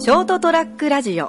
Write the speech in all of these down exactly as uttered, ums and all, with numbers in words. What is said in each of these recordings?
ショートトラックラジオ。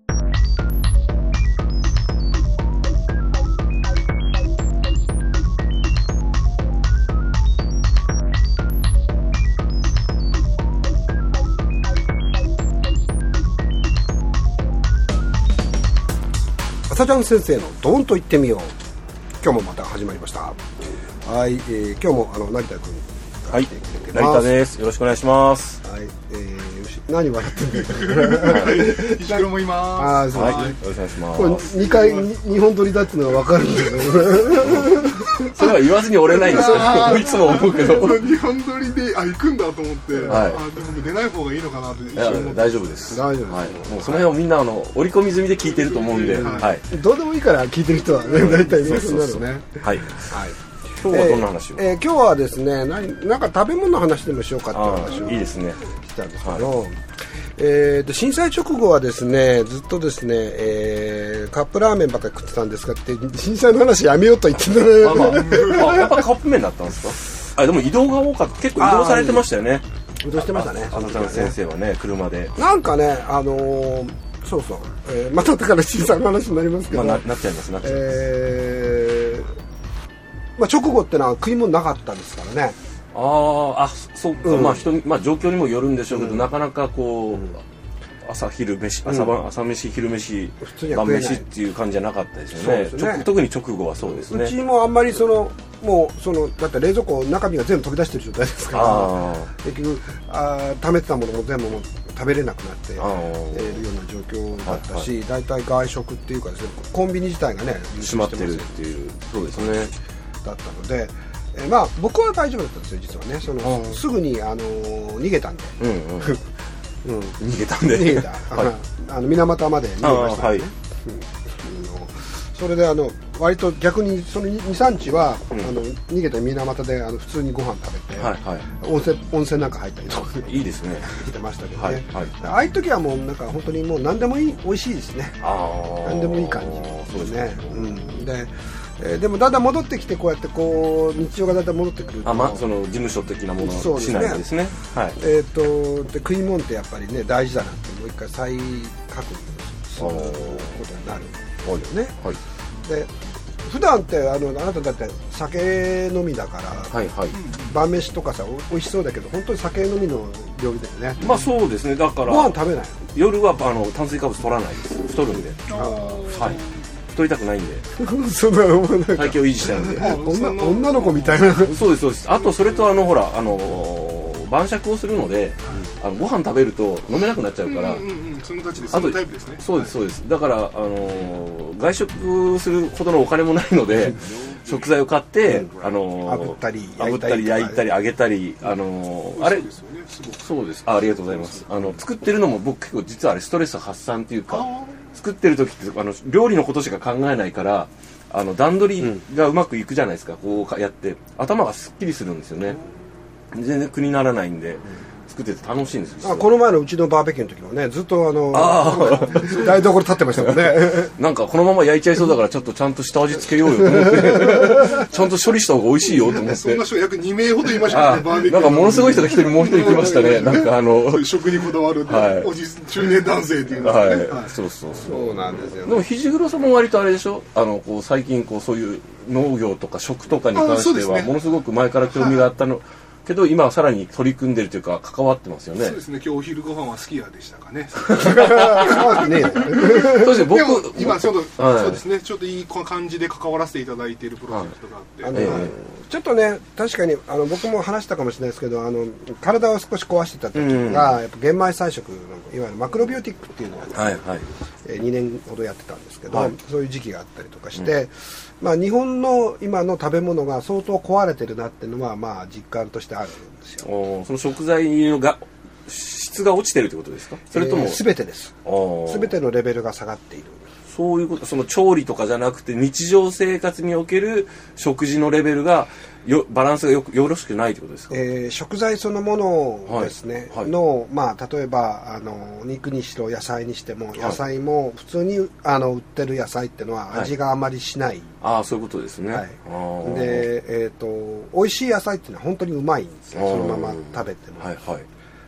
朝ちゃん先生のドーンと言ってみよう。今日もまた始まりました。はい、えー、今日もあの成田君はい、成田です。よろしくお願いします。 はい、えー、よし、何笑ってんだよ。 石黒もいます。 ああ、そうですね。 はい、よろしくお願いします。 これにかいにほん撮りだっていうのが分かるんだけど。 それは言わずに折れないんですよ。いつも思うけど。 にほん撮りであ行くんだと思って、 はい、 あでも出ない方がいいのかなって一瞬思って。大丈夫です。 大丈夫です。 はい、もうその辺をみんなあの折り込み済みで聞いてると思うんで、はい。はい、 どうでもいいから聞いてる人はね、大体皆さんになるね。 はい。はい。今日はどんな話を、 えーえー、今日はですね、何なんか食べ物の話でもしようかっていう話をいいですねしたんですけど、はい、えー、と震災直後はですねずっとですね、えー、カップラーメンばっかり食ってたんですかって震災の話やめようと言ってたね。 あ、まあ、あやっぱカップ麺だったんですか。あでも移動が多かった結構移動されてましたよね。 移動してましたね。 朝ちゃん先生はね車でなんかねあのー、そうそう、えー、まただから震災の話になりますけど、 まあ、な, なっちゃいますなっちゃいます、 えーまあ、直後ってのは食い物なかったですからね。 ああ、そうか、うん、まあ人に、まあ状況にもよるんでしょうけど、うん、なかなかこう、うん、朝昼飯、朝晩、うん、朝飯、昼飯、晩飯っていう感じじゃなかったですよ ね, ですね。特に直後はそうですね。 うちもあんまりそのもうそのだって冷蔵庫中身が全部飛び出してる状態ですから、結局あ貯めてたものも全部もう食べれなくなっているような状況だったし、だいたい外食っていうかですね、コンビニ自体がね閉まってるっていうそうですね。 だったので、えー、まあ僕は大丈夫だったんですよ実はね。そのすぐにあのー、逃げたんで、うんうんうん、逃げたんで逃げた、はい、あの水俣まで逃げましたね、はいうん、それであの割と逆にその にさんにちは、うん、あの逃げた水俣であの普通にご飯食べて、はいはい、温泉温泉なんか入ったりとかいいですねしてましたけどね、はいはい、ああいう時はもうなんか本当にもう何でもいい美味しいですね。あ何でもいい感じですね。うん、でえー、でもだんだん戻ってきてこうやってこう日常がだんだん戻ってくると、 あ、まあ、その事務所的なものをしないですね。はい、 えー、とで食い物ってやっぱりね大事だなってもう一回再確認することになるんですよね。はい、で普段ってあのあなただって酒飲みだから、はいはい、晩飯とかさおいしそうだけど本当に酒飲みの料理だよね。 まあそうですね。だからご飯食べないの？ 夜はあの炭水化物取らないです。太るんで。あはい。太りたくないんでそんな思わないか体型を維持したいんで女, 女の子みたいなそうですそうです。あとそれとあのほらあのー、晩酌をするので、うん、あのご飯食べると飲めなくなっちゃうから、うんうんうん、 そのたちでそのタイプですね。 そうですそうです。だから、あのー、外食するほどのお金もないので食材を買って、うん、あのー、 炙ったり炙ったり焼いたり揚げたり、あのー、あれそうです。あ、ありがとうございます。あの作ってるのも僕結構実はあれストレス発散っていうか作ってる時ってあの料理のことしか考えないからあの段取りがうまくいくじゃないですか、うん、こうやって頭がすっきりするんですよね。全然苦にならないんで、うん、作ってて楽しいんですよ。 あこの前のうちのバーベキューの時もねずっとあのあ台所立ってましたもんねなんかこのまま焼いちゃいそうだからちょっとちゃんと下味つけようよと思ってちゃんと処理した方が美味しいよと思ってそんな人約にめいほどいましたね。バーベキューなんかものすごい人が一人もう一人来ましたねなんかあの食にこだわる、はい、おじ中年男性っていうのは、ね、 はい、そうそうそうそうなんですよ、ね、 でも肘黒さんも割とあれでしょあのこう最近こうそういう農業とか食とかに関してはものすごく前から興味があったの、はいけど今はさらに取り組んでるというか関わってますよね。 そうですね。今日お昼ご飯はすき家でしたかね。 ねそうですね。僕でも今ちょっと、はい、そうですね。ちょっといい感じで関わらせていただいているプロジェクトがあって、はいあのはい、ちょっとね確かにあの僕も話したかもしれないですけどあの体を少し壊してた時が、うん、やっぱ玄米菜食のいわゆるマクロビオティックっていうのを、はいはいえー、にねんほどやってたんですけど、はい、そういう時期があったりとかして。うんまあ、日本の今の食べ物が相当壊れてるなっていうのはまあ実感としてあるんですよ。 おその食材のが質が落ちてるということですか。それとも、えー、 全てです。全てのレベルが下がっている。 そういうこと。その調理とかじゃなくて日常生活における食事のレベルがよバランスがよくよろしくないということですか。 えー、食材そのものですね、はいはい、の、まあ、例えばあの肉にしろ野菜にしても野菜も普通にあの売ってる野菜っていうのは味があまりしない、はい、 ああそういうことですね、はい、 で、えーと、美味しい野菜っていうのは本当にうまいんですね。そのまま食べても、はいはい、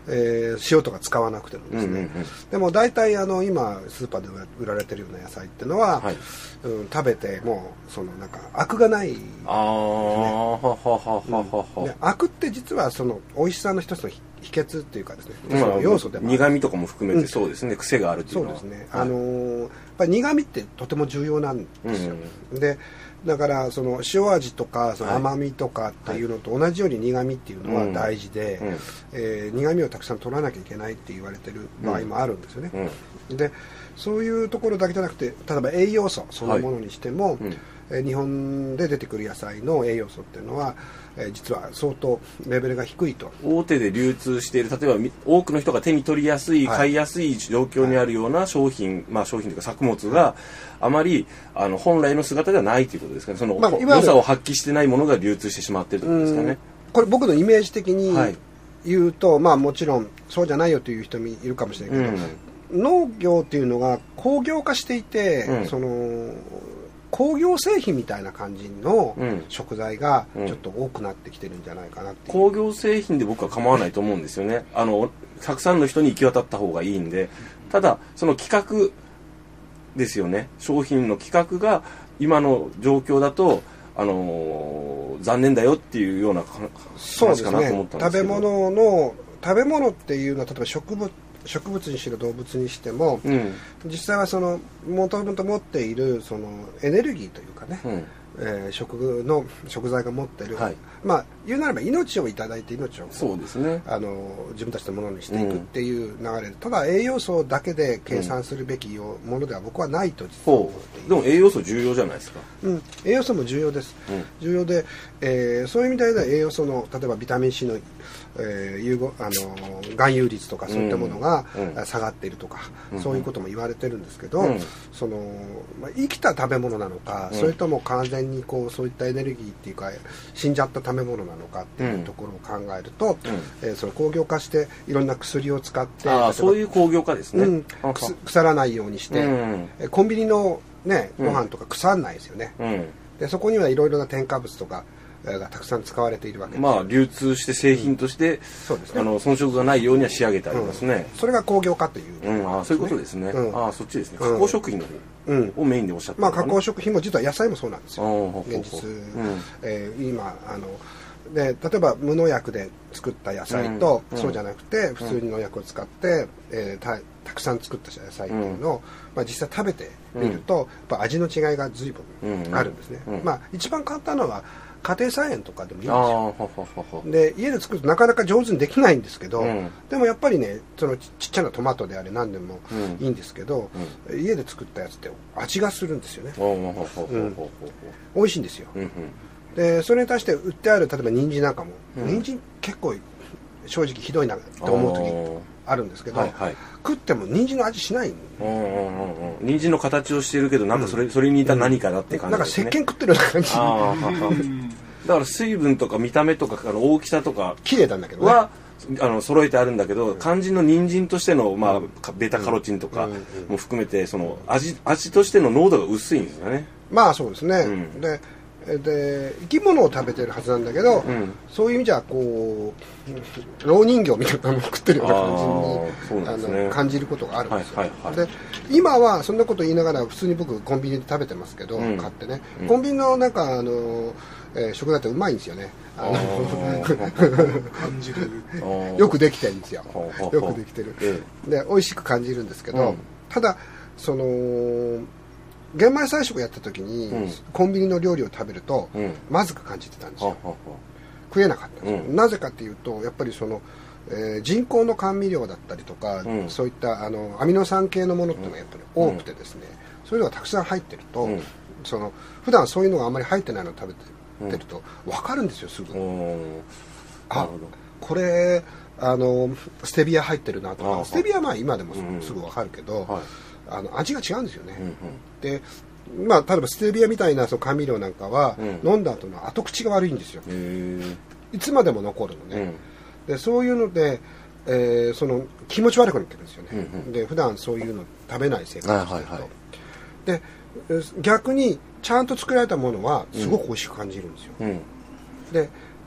えー、塩とか使わなくてもですね、うんうんうん、でも大体あの今スーパーで売られてるような野菜っていうのは、はい、うん、食べてもうそのなんかアクがないですね。ああ、ははははは。アクって実はその美味しさの一つの秘訣っていうかですね、 まあ、 その要素でも苦味とかも含めてそうですね、うん、癖があるっていうのは。 そうですね。あのー、やっぱり苦味ってとても重要なんですよ。うんうん、でだからその塩味とかその甘みとかっていうのと同じように苦味っていうのは大事で、うんうん、えー、苦味をたくさん取らなきゃいけないって言われてる場合もあるんですよね。うんうん、でそういうところだけじゃなくて、例えば栄養素そのものにしても、はい、うん、えー、日本で出てくる野菜の栄養素っていうのは、えー、実は相当レベルが低いと。 大手で流通している、例えば多くの人が手に取りやすい、はい、買いやすい状況にあるような商品、はい、まあ商品というか作物があまりあの本来の姿ではないということですかね。その、まあ、良さを発揮してないものが流通してしまっているということですかね。 これ僕のイメージ的に言うと、はい、まあもちろんそうじゃないよという人もいるかもしれないけど、うん、農業っていうのが工業化していて、うん、その工業製品みたいな感じの食材がちょっと多くなってきてるんじゃないかなっていう、 うん、工業製品で僕は構わないと思うんですよね。あのたくさんの人に行き渡った方がいいんで、ただその企画ですよね。商品の企画が今の状況だとあのー、残念だよっていうような話かなと思ったんですけど、 食べ物の食べ物っていうのは例えば植物植物にしろ動物にしても、うん、実際はそのもともと持っているそのエネルギーというかね、うん、えー、食の食材が持っている、はい、まあ言うならば命をいただいて命をそうですね、 あの自分たちのものにしていくっていう流れで、うん、ただ栄養素だけで計算するべきものでは僕はないと実は思っている。 でも栄養素重要じゃないですか。 うん、栄養素も重要です、うん、重要で、えー、そういう意味では栄養素の例えばビタミン C の、えー、有あの含有率とかそういったものが下がっているとか、うん、そういうことも言われてるんですけど、うん、そのまあ、生きた食べ物なのか、うん、それとも完全にこうそういったエネルギーっていうか死んじゃった食べ物なのかっていうところを考えると、うん、えー、その工業化していろんな薬を使って、 あ、そういう工業化ですね、うん、 腐らないようにして、うん、えコンビニのねご飯とか腐らないですよね、うん、でそこにはいろいろな添加物とかがたくさん使われているわけです。 まあ流通して製品として、うん、そうですね、あの遜色がないようには仕上げてありますね、 うん、それが工業化という、 うん、あ、そういうことですね、うん、あ、そっちですね、加工食品の方をメインでおっしゃってる、 まあ加工食品も実は野菜もそうなんですよ、現実、うん、えー、今あので例えば無農薬で作った野菜と、うん、そうじゃなくて普通に農薬を使って、えー、た, たくさん作った野菜っていうのを、うん、まあ、実際食べてみると、うん、やっぱ味の違いが随分あるんですね、うんうん、まあ、一番簡単なのは家庭菜園とかでもいいんですよ。ほほほで家で作るとなかなか上手にできないんですけど、うん、でもやっぱりねそのち, ちっちゃなトマトであれ何でもいいんですけど、うん、家で作ったやつって味がするんですよね、うん、美味しいんですよ、うんうん、でそれに対して売ってある例えば人参なんかも、うん、人参結構正直ひどいなと思う時あるんですけど、はいはい、食っても人参の味しない、うんうんうんうん、人参の形をしているけどなんかそれ、うん、それに似た何かだって感じですね、 なんか石鹸食ってるような感じ、 あだから水分とか見た目とか大きさとか綺麗なんだけどねはあの揃えてあるんだけど、うん、肝心の人参としての、まあ、ベータカロチンとかも含めてその 味, 味としての濃度が薄いんですよね。 まあそうですね、うん、でで生き物を食べてるはずなんだけど、うん、そういう意味じゃこう老人形みたいなのを食ってるような感じに、ね、あの感じることがあるんですよ、はいはいはい、で今はそんなこと言いながら普通に僕コンビニで食べてますけど、うん、買ってね、うん、コンビニのなんかあの、えー、食材ってうまいんですよね、あの感じるよくできてるんですよよくできてるで美味しく感じるんですけど、うん、ただその玄米菜食やった時に、うん、コンビニの料理を食べると、うん、まずく感じてたんですよ、うん、食えなかったんですよ、うん、なぜかっていうとやっぱりその、えー、人工の甘味料だったりとか、うん、そういったあのアミノ酸系のものっていうのがやっぱり多くてですね、うん、そういうのがたくさん入ってると、うん、その普段そういうのがあんまり入ってないのを食べてると分かるんですよすぐ、うん、あこれあのステビア入ってるなとか、ステビアはまあ今でもすぐ分かるけど、うん、はい、あの味が違うんですよね、うんうん、で、まあ、例えばステビアみたいなその甘味料なんかは、うん、飲んだ後の後口が悪いんですよ、いつまでも残るのね、うん、でそういうので、えー、その気持ち悪くなってるんですよね、うんうん、で普段そういうの食べない生活をしてると、はいはい、で逆にちゃんと作られたものはすごく美味しく感じるんですよ、うん、で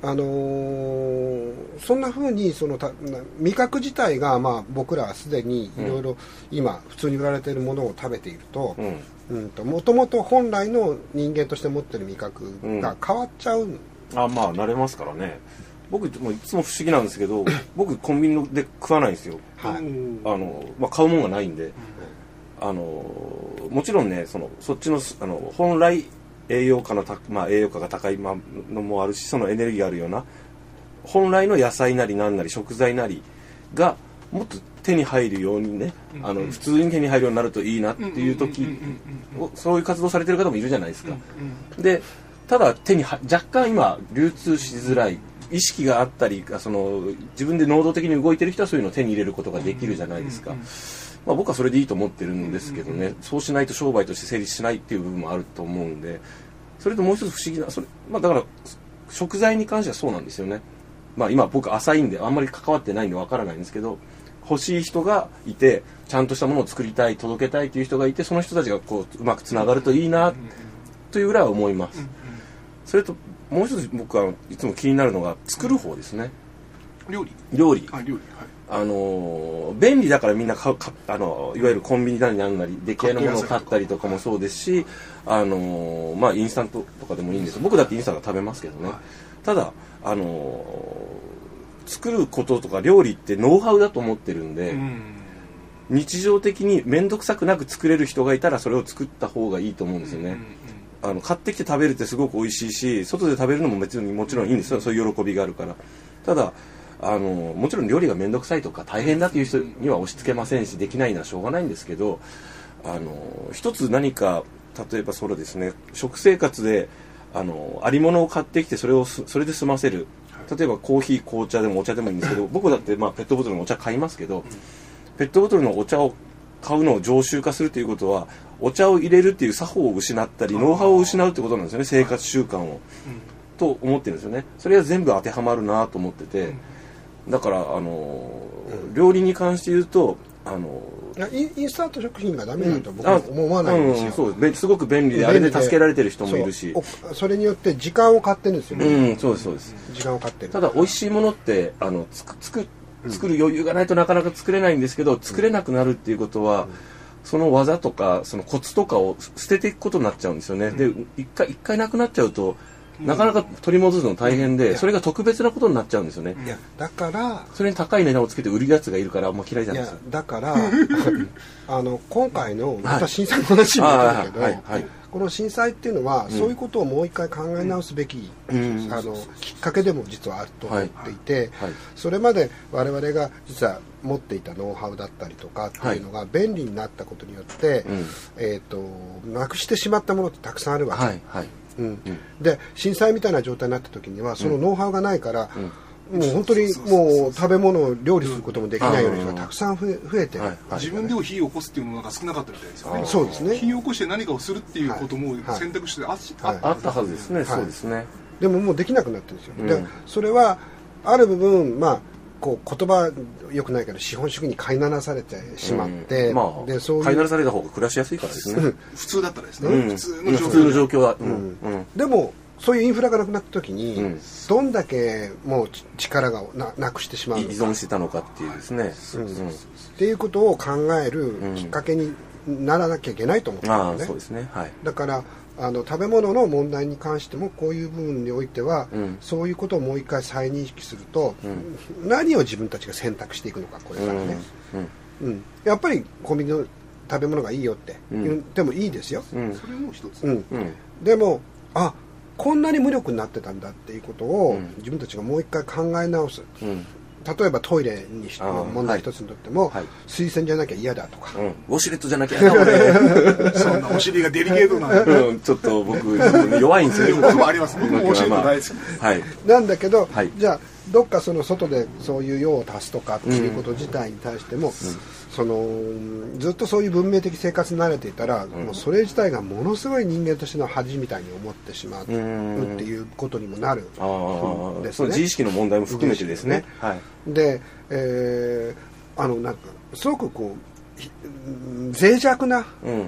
あのー、そんな風にそのた味覚自体が、まあ、僕らはすでにいろいろ今普通に売られているものを食べていると、うんうん、ともともと本来の人間として持っている味覚が変わっちゃう、うん、 あまあ慣れますからね。僕もいつも不思議なんですけど僕コンビニで食わないんですよ、はい、あの、まあ、買うもんがないんで、うん、あのもちろんねそのそっちの、あの本来栄養価のた、まあ、栄養価が高いのもあるしそのエネルギーがあるような本来の野菜なりなんなり食材なりがもっと手に入るようにね、うん、あの普通に手に入るようになるといいなっていう時そういう活動されてる方もいるじゃないですか、うん、でただ手に若干今流通しづらい意識があったりその自分で能動的に動いてる人はそういうのを手に入れることができるじゃないですか、まあ、僕はそれでいいと思ってるんですけどねそうしないと商売として成立しないっていう部分もあると思うんでそれともう一つ不思議なそれ、まあ、だから食材に関してはそうなんですよね、まあ、今僕浅いんであんまり関わってないんでわからないんですけど欲しい人がいてちゃんとしたものを作りたい届けたいという人がいてその人たちがこううまくつながるといいなというぐらいは思います。それともう一つ僕はいつも気になるのが作る方ですね。 料理料理、 あ、料理、はい、 あの便利だからみんな買うかあのいわゆるコンビニなりなんなり出来合いのものを買ったりとかもそうですしあの、まあ、インスタントとかでもいいんです僕だってインスタント食べますけどね、はい、ただあの作ることとか料理ってノウハウだと思ってるんで、うん、日常的に面倒くさくなく作れる人がいたらそれを作った方がいいと思うんですよね、うんうんあの買ってきて食べるってすごく美味しいし外で食べるのも別にもちろんいいんですよそういう喜びがあるからただあのもちろん料理が面倒くさいとか大変だという人には押し付けませんしできないのはしょうがないんですけどあの一つ何か例えばそれですね食生活であのありものを買ってきてそれをそれで済ませる例えばコーヒー紅茶でもお茶でもいいんですけど僕だって、まあ、ペットボトルのお茶買いますけどペットボトルのお茶を買うのを常習化するということはお茶を入れるっていう作法を失ったりノウハウを失うってことなんですよね生活習慣を、うん、と思ってるんですよねそれは全部当てはまるなと思っててだからあの、うん、料理に関して言うとあのインスタント食品がダメだと僕は思わないんですよ、うん、 そうですすごく便利であれで助けられてる人もいるしそ, それによって時間を買ってるんですよね、 うん、そうですそうです時間を買ってるただ美味しいものってあのつくつく作る余裕がないとなかなか作れないんですけど作れなくなるっていうことは、うんその技とかそのコツとかを捨てていくことになっちゃうんですよね、うん、で一回一回なくなっちゃうと、うん、なかなか取り戻すの大変で、うん、それが特別なことになっちゃうんですよねいやだからそれに高い値段をつけて売るやつがいるからあんま嫌いじゃないですかいやだからあの今回のまた震災の話になるけど、はいはいはい、この震災っていうのは、うん、そういうことをもう一回考え直すべき、うん、あのきっかけでも実はあると思っていて、はいはい、それまで我々が実は持っていたノウハウだったりとかっていうのが便利になったことによって、はいえー、となくしてしまったものってたくさんあるわけ、はいはいうん、で震災みたいな状態になった時にはそのノウハウがないから、うん、もう本当にもう食べ物を料理することもできないような人がたくさん増え、増えてる、はいはい、 自分でも火を起こすっていうのが少なかったみたいですよねそうですね火を起こして何かをするっていうことも選択肢で あ,、はいはい、 あったはずですね、はい、そうですねでももうできなくなってるんですよ、うん、でそれはある部分まあこう言葉良くないけど資本主義に飼いならされてしまって、うんまあ、でそういう飼いならされた方が暮らしやすいからですね普通だったらですね、 うん、普通の状況、普通の状況は、うんうん、でもそういうインフラがなくなった時に、うん、どんだけもう力が な, なくしてしまうのか依存してたのかっていうですね、 うんうん、っていうことを考えるきっかけにならなきゃいけないと思ってるんですね、 そうですね、はい、 だからあの食べ物の問題に関してもこういう部分においては、うん、そういうことをもう一回再認識すると、うん、何を自分たちが選択していくのかこれからね、うんうん、やっぱりコンビニの食べ物がいいよって言ってもいいですよ、 うん、それも一つ、 うんうん、でもあこんなに無力になってたんだっていうことを、うん、自分たちがもう一回考え直す、うん例えばトイレにしての問題一つにとっても、はい、水洗じゃなきゃ嫌だとか、 うん、ウォシュレットじゃなきゃ嫌だ俺そんなお尻がデリケートな、 うん、ちょっと僕弱いんですよ僕もあります僕もウォシュレット大好き、 はい、なんだけど、はい、じゃあどっかその外でそういう用を足すとかっていうこと自体に対しても、うん、そのずっとそういう文明的生活に慣れていたら、うん、もうそれ自体がものすごい人間としての恥みたいに思ってしまうっていうことにもなるんですね。 あその自意識の問題も含めてですね。はい、 で、えー、あのなんかすごくこう脆弱な、うん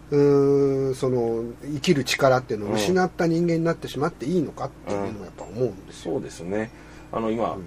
うーんその生きる力っていうのを失った人間になってしまっていいのかっていうのはやっぱ思うんですよ、 うん、そうですね。あの今、うん、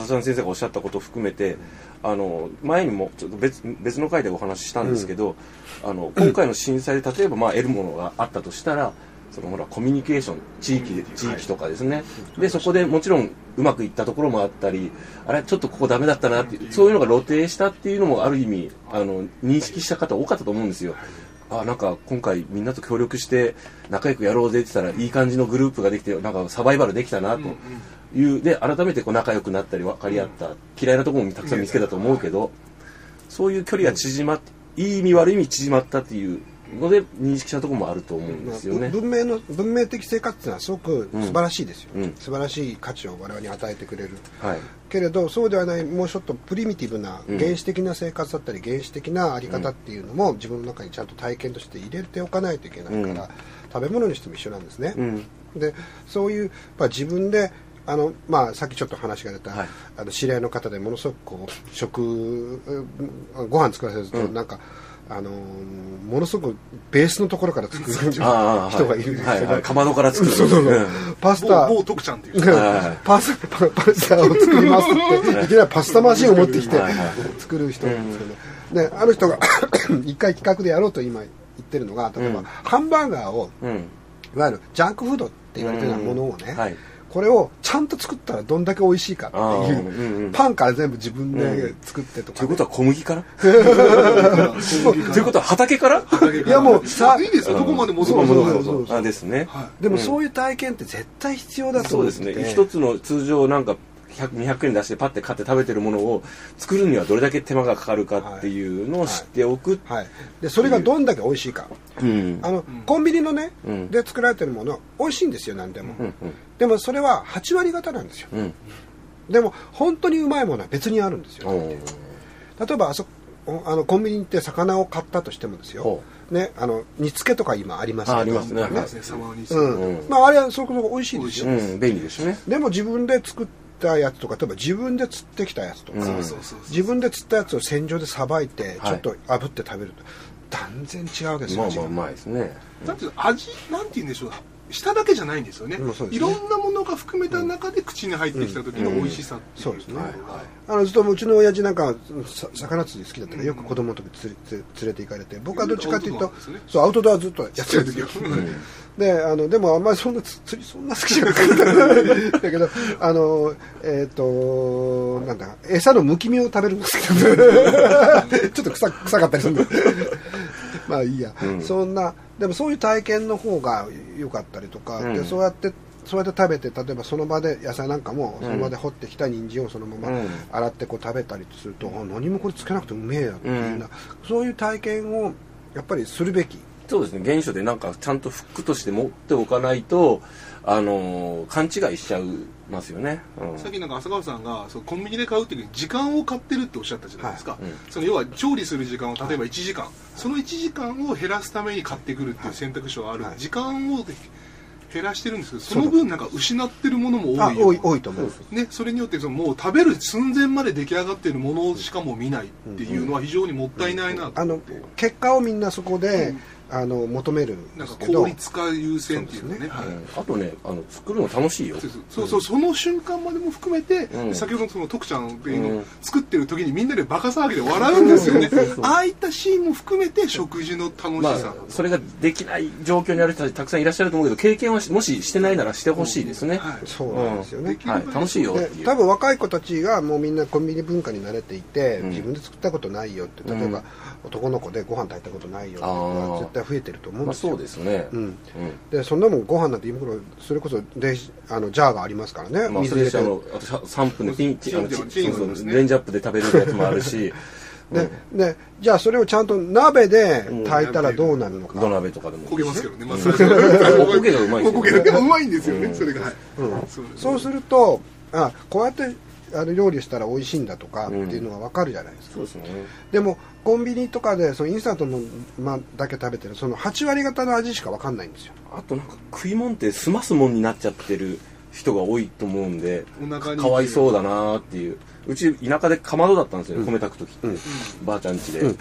浅田先生がおっしゃったことを含めて、あの前にもちょっと 別, 別の回でお話ししたんですけど、うん、あの今回の震災で例えばまあ得るものがあったとしたら、そのほらコミュニケーション地域で地域とかですね、でそこでもちろんうまくいったところもあったり、あれちょっとここダメだったなっていう、そういうのが露呈したっていうのもある意味あの認識した方多かったと思うんですよ。あ、なんか今回みんなと協力して仲良くやろうぜって言ったらいい感じのグループができて、なんかサバイバルできたなという、で改めてこう仲良くなったり分かり合った、嫌いなところもたくさん見つけたと思うけど、そういう距離が縮まって、いい意味悪い意味縮まったっていうので認識したところもあると思うんですよね。 文明の文明的生活っていうのはすごく素晴らしいですよ、 うん、 素晴らしい価値を我々に与えてくれる、 はい、 けれどそうではない、もうちょっとプリミティブな原始的な生活だったり、うん、原始的なあり方っていうのも自分の中にちゃんと体験として入れておかないといけないから、うん、食べ物にしても一緒なんですね、うん、でそういう、まあ、自分であのまあ、さっきちょっと話が出た、はい、あの知り合いの方でものすごくこう食ご飯作らせると、うん、なんかあのー、ものすごくベースのところから作る人がいるんですけど、はいはいはい、 かまどから作るそうそうそう、うん、パスタ某徳ちゃんっていうパスタパスタを作りますっていきなりパスタマシンを持ってきて作る人なんですけど、ね、であの人が一回企画でやろうと今言ってるのが、例えば、うん、ハンバーガーを、うん、いわゆるジャンクフードって言われてるようなものをね、うんはい、これをちゃんと作ったらどんだけ美味しいかっていう、うんうん、パンから全部自分で作ってとか、ね、 ということは小麦からということは畑からいやもうさいいですよ、どこまで戻るのかですね、 はい、でもそういう体験って絶対必要だと思ってて、 そうですね、一つの通常なんかひゃく、にひゃくえん出してパッて買って食べてるものを作るにはどれだけ手間がかかるかっていうのを知っておく、 はいはいはい、でそれがどんだけ美味しいか、うん、あのコンビニのね、うん、で作られてるものは美味しいんですよ、何でも、うんうん、でもそれははち割方なんですよ、うん、でも本当にうまいものは別にあるんですよ、例えばあそあのコンビニに行って魚を買ったとしてもですよ、ね、あの煮付けとか今ありますけど、 ありますね、ね、 うんうん、まあ、あれはそこそこ美味しいですよ、 うん、便利ですね。 でも自分で作ったやつとか、例えば自分で釣ってきたやつとか、うん、自分で釣ったやつを船上でさばいてちょっと炙って食べると、はい、断然違うわけですよ。 まあまあうまいですね、 うん、だって味なんて言うんでしょう、舌だけじゃないんですよね、うん、そうですね、いろんなものが含めた中で口に入ってきた時の美味しさっていう、 うんうん、そうですね、はいはい、あのずっとうちの親父なんか魚釣り好きだったから、よく子供の時釣れ、連れて行かれて、僕はどっちかというと、ね、そうアウトドアずっとやってる時よで, あのでもあんまりそんな釣りそんな好きじゃなかっただけど、あのえっ、ー、となんだ餌のむき身を食べるんですけどちょっと 臭, 臭かったりするんでまあいいや、うん、そんなでもそういう体験の方が良かったりとか、うん、でそうやってそうやって食べて、例えばその場で野菜なんかもその場で掘ってきた人参をそのまま洗ってこう食べたりすると、うん、何もこれつけなくてうめえやっていうような、うん、そういう体験をやっぱりするべき。 そうですね、原初でなんかちゃんとフックとして持っておかないと、あのー、勘違いしちゃいますよね、うん、 さっきなんか浅川さんがそのコンビニで買うっていう時間を買ってるっておっしゃったじゃないですか、はい、うん、その要は調理する時間を例えばいちじかん、はい、そのいちじかんを減らすために買ってくるっていう選択肢はある、はい、時間を減らしてるんですけど、その分なんか失ってるものも多いよ、 多い多いと思う、 ね、それによってそのもう食べる寸前まで出来上がっているものしかも見ないっていうのは非常にもったいないなと思って、 あの結果をみんなそこで、うん、あの求めるんですけど、 なんか効率化優先っていうのね、ね、はい、 あとね、あの作るの楽しいよ、 そうそうそう、その瞬間までも含めて、うん、先ほどのその徳ちゃんっていうのを作ってる時にみんなでバカ騒ぎで笑うんですよねああいったシーンも含めて食事の楽しさ、まあ、 それができない状況にある人たちたくさんいらっしゃると思うけど、経験はもししてないならしてほしいですね、 うん、はい、そうなんですよね、 うん、はい、楽しいよっていう。 多分若い子たちがもうみんなコンビニ文化に慣れていて、うん、自分で作ったことないよって、例えば、うん、男の子でご飯炊いたことないよっていうのは絶対増えてると思うんですよ。 まあ、そうですね、 うんうん、でそんなもんご飯なんて今頃それこそであのジャーがありますからね、 まあ、水入れて、あのあとさんぷんでピンチ、あのチンそうそう、レンジアップで食べるやつもあるしで、うん、でじゃあそれをちゃんと鍋で炊いたらどうなるのか、 土鍋とかでも焦げますけどね、まあ、 お焦げがうまいですよね、 お焦げがうまいんですよね、うん、それが、はい、 うん、そうすると、あ、こうやってあの料理したら美味しいんだとかっていうのが分かるじゃないですか、 うん、そうですね。 でもコンビニとかでそのインスタントの、ま、だけ食べてるそのはち割方の味しか分かんないんですよ。 あとなんか食い物って済ますもんになっちゃってる人が多いと思うんで、かわいそうだなっていう。うち田舎でかまどだったんですよね、うん、米炊く時って、うん、ばあちゃん家で、うん、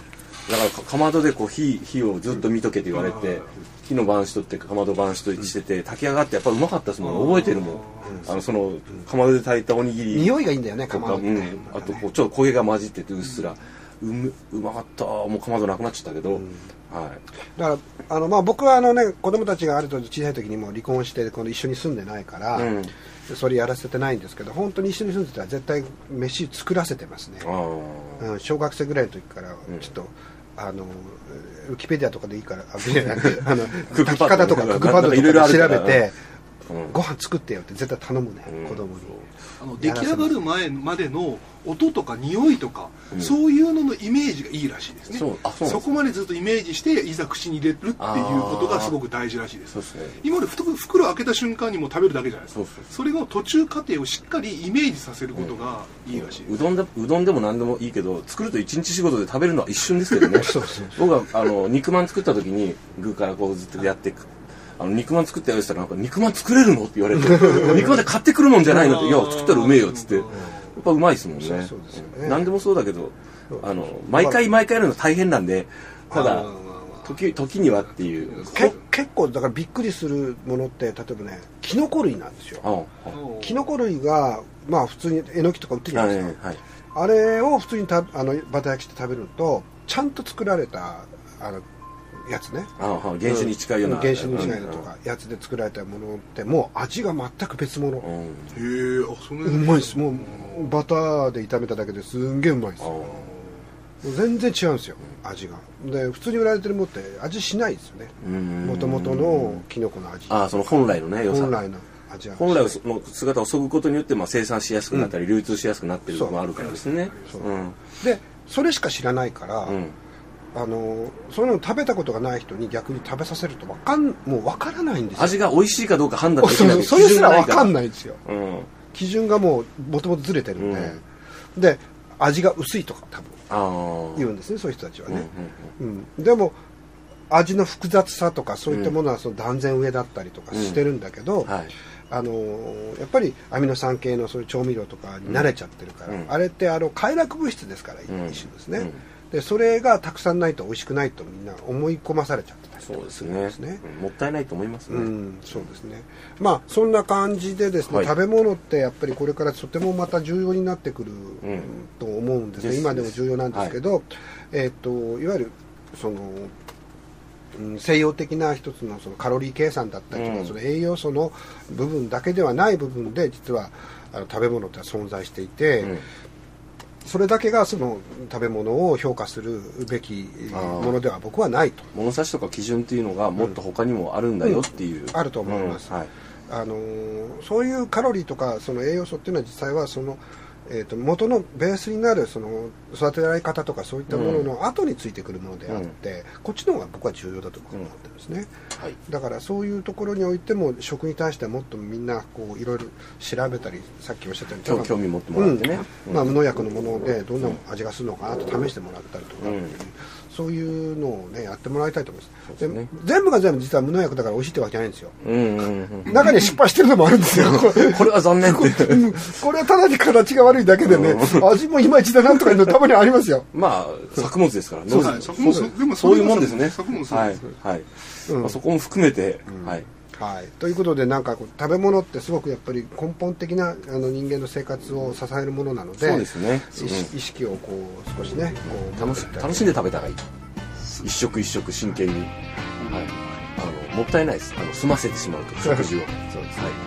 だからかまどでこう火火をずっと見とけって言われて、火の番しとってかまど番しとしてて炊き上がってやっぱうまかったですもん。覚えてるもん。あのそのかまどで炊いたおにぎり匂いがいいんだよね、かまどって、うん、 あとこうちょっと焦げが混じっててうっすら、うん、う, うまかった。もうかまどなくなっちゃったけど、うん、はい、 だからあの、まあ、僕はあの、ね、子供たちがある程度小さい時にもう離婚してこの一緒に住んでないから、うん、それやらせてないんですけど、本当に一緒に住んでたら絶対飯作らせてますね。うん、小学生ぐらいの時からちょっと、うん、あのウィキペディアとかでいいからあの炊き方とかクックパッドとかで調べて、うん、ご飯作ってよって絶対頼むね、うん、子供に。 あの出来上がる前までの音とか匂いとか、うん、そういうののイメージがいいらしいですね。 そう、あ、そうなんです。そこまでずっとイメージしていざ口に入れるっていうことがすごく大事らしいです。そうですね、今まで袋開けた瞬間にもう食べるだけじゃないですか。そうそうそう、それの途中過程をしっかりイメージさせることがいいらしいです、 うん、うどんだうどんでも何でもいいけど作ると一日仕事で食べるのは一瞬ですけどね。そうそうそう、僕はあの肉まん作った時に具からこうずっとやっていく、あの肉まん作ってやるって言ったらなんか肉まん作れるのって言われて肉まんで買ってくるもんじゃないのって、いや作ったらうめえよっつって、やっぱうまいですもんね。そうそうですよね、何でもそうだけど、あの毎回毎回やるの大変なんで、ただ時時にはっていう。 け結構だからびっくりするものって、例えばねキノコ類なんですよ。ああ、キノコ類がまあ普通にえのきとか売ってるじゃないですか、はい、あれを普通にたあのバター焼きして食べるとちゃんと作られたあのやつね、 ああ、原種に近いような、 うん、原種に近いのとかやつで作られたものってもう味が全く別物、うん、 へえ、あ、そんなうまいです。もうバターで炒めただけですんげえうまいです。全然違うんですよ、味が。で普通に売られてるものって味しないですよね、もともとのキノコの味。 ああ、その本来のね良さ、 本来の味は本来の姿をそぐことによって、まあ、生産しやすくなったり、うん、流通しやすくなってるのもあるからですね。 そうそう、うん、でそれしか知らないから、うん、あのそういうのを食べたことがない人に逆に食べさせるとわかんもう分からないんですよ。 味が美味しいかどうか判断できない。 それすら分かんないんですよ、うん、基準がもうもともとずれてるんで、うん、で味が薄いとか多分言うんですね、そういう人たちはね、うんうんうん、でも味の複雑さとかそういったものはその断然上だったりとかしてるんだけど、うん、はい、あのやっぱりアミノ酸系のそういう調味料とかに慣れちゃってるから、うん、あれってあの快楽物質ですから、一種ですね、うんうん、でそれがたくさんないと美味しくないとみんな思い込まされちゃってたりするんですね。そうですね、 うん、もったいないと思いますね、 うん、そうですね。まあそんな感じでですね、はい、食べ物ってやっぱりこれからとてもまた重要になってくる、うん、と思うんですね。今でも重要なんですけど、はい、えー、っといわゆるその西洋的な一つのそのカロリー計算だったりとか、うん、その栄養素の部分だけではない部分で実はあの食べ物って存在していて、うん、それだけがその食べ物を評価するべきものでは僕はないと。 物差しとか基準っていうのがもっと他にもあるんだよっていう、 うんうん、あると思います、うん、はい、あのそういうカロリーとかその栄養素っていうのは実際はそのえー、と元のベースになるその育てられ方とかそういったものの後についてくるものであって、うん、こっちの方が僕は重要だと思ってるんですね、うん、はい、だからそういうところにおいても食に対してはもっとみんなこういろいろ調べたり、さっきおっしゃったように興味持ってもらってね、 うん、まあ、無農薬のものでどんな味がするのかなと試してもらったりとか、うん、そういうのをねやってもらいたいと思います。でね、全部が全部実は無農薬だから美味しいってわけじゃないんですよ、うんうんうん、中に失敗してるのもあるんですよこれは残念ってこれはただに形が悪いだけでね、味もいまいちだなとかいうのたまにありますよ。 まあ作物ですからね。そうはい、作物でもそういうもんですね。 作物はいはい、うん、まあ、そこも含めて、うん、はいはい、ということでなんかこう食べ物ってすごくやっぱり根本的なあの人間の生活を支えるものなので、 そうですね、 意識、意識をこう少しねこう楽し、楽しんで食べたらいい。一食一食真剣に、はい、あのもったいないです。あの済ませてしまうと食事をそうですね、はい、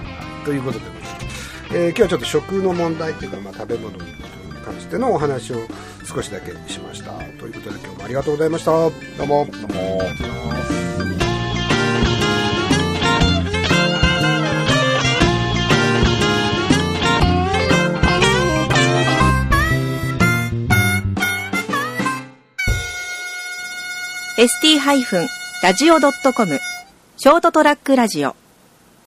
ということで、えー、今日はちょっと食の問題というか、まあ、食べ物に関してのお話を少しだけしました。ということで今日もありがとうございました。どうもどうも。 エスティー ラジオ ドットコム ショートトラックラジオ